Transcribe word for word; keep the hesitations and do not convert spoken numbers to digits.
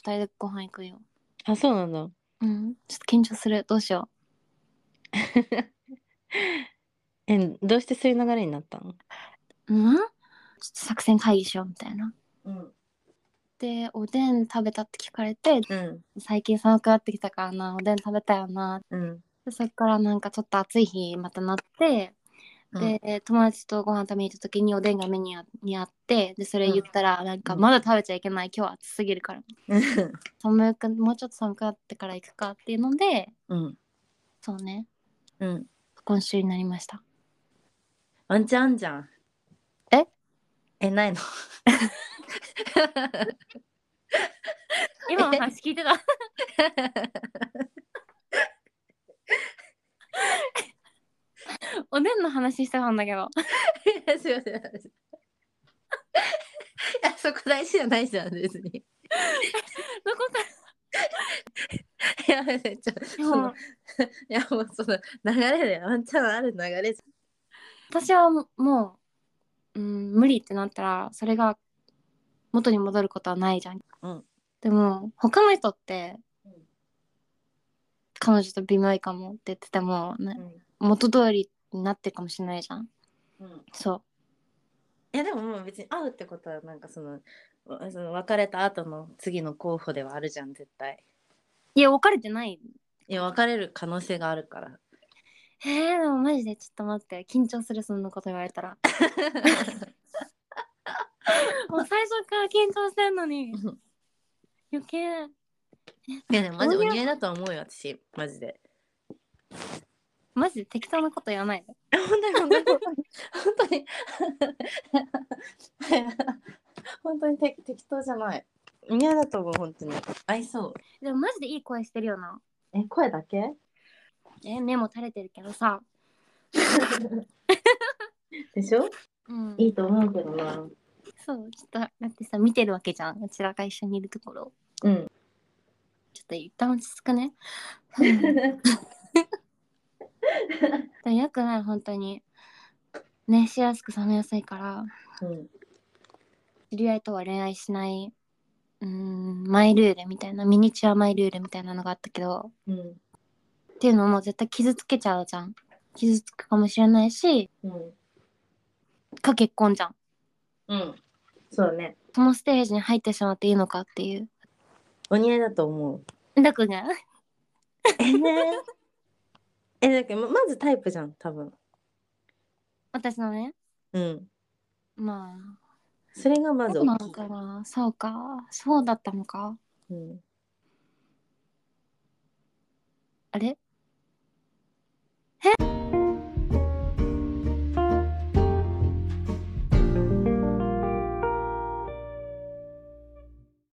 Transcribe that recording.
二人でご飯行くよ。 あ、そうなんだ。 うん。ちょっと緊張する。どうしよえ、どうしてそういう流れになったの？ う。うんちょっと作戦会議しようみたいな。 うん。 で、おでん食べたって聞かれて、 うん。 最近寒くなってきたからな、おでん食べたよな。 うん。 でそっからなんかちょっと暑い日またなって、で、うん、友達とご飯食べに行った時におでんが目にあにあって、でそれ言ったら、うん、なんかまだ食べちゃいけない、今日は暑すぎるから寒くもうちょっと寒くなってから行くかっていうので、うん、そうね、うん、今週になりました。 ワンチャンあんじゃん。 ええ、ないの今の話聞いてたおでんの話してたんだけどいやすいませんいやそこ大事じゃないじゃん別にどこかいやめっちゃそのいやもうその流れでワンチャンある流れじゃん。私はもう、うん、無理ってなったらそれが元に戻ることはないじゃん、うん、でも他の人って、うん、彼女と微妙いかもって言ってても、ね、うん、元通りになってるかもしれないじゃん、うん、そういやでももう別に会うってことはなんかそのその別れた後の次の候補ではあるじゃん絶対。 いや別れてない。 いや別れる可能性があるから。 へえ、でもマジでちょっと待って、緊張する、そんなこと言われたらもう最初から緊張してんのに余計。 いやでもマジお似合いだと思うよ私マジで。 マジで適当なこと言わないで本当に本当に本当に本当に適当じゃない。似合いだと思う本当に合いそう。 でもマジでいい声してるよな。 え声だけ？ え目も垂れてるけどさでしょ、うん、いいと思うけどな。 そうちょっとだってさ見てるわけじゃん、うちらが一緒にいるところ。うんちょっと一旦落ち着くねでもよくない本当に熱しやすく冷めやすいから、うん、知り合いとは恋愛しない、うーんマイルールみたいな、ミニチュアマイルールみたいなのがあったけど、うん、っていうのも絶対傷つけちゃうじゃん、傷つくかもしれないし、うん、か結婚じゃん。うんそうね。そのステージに入ってしまっていいのかっていう。 お似合いだと思う。だからえー、えだけどまずタイプじゃん多分。 私のね。うん。まあ。 それがまず大きい。 そうなのかな。そうか。そうだったのか。うん。あれ？え？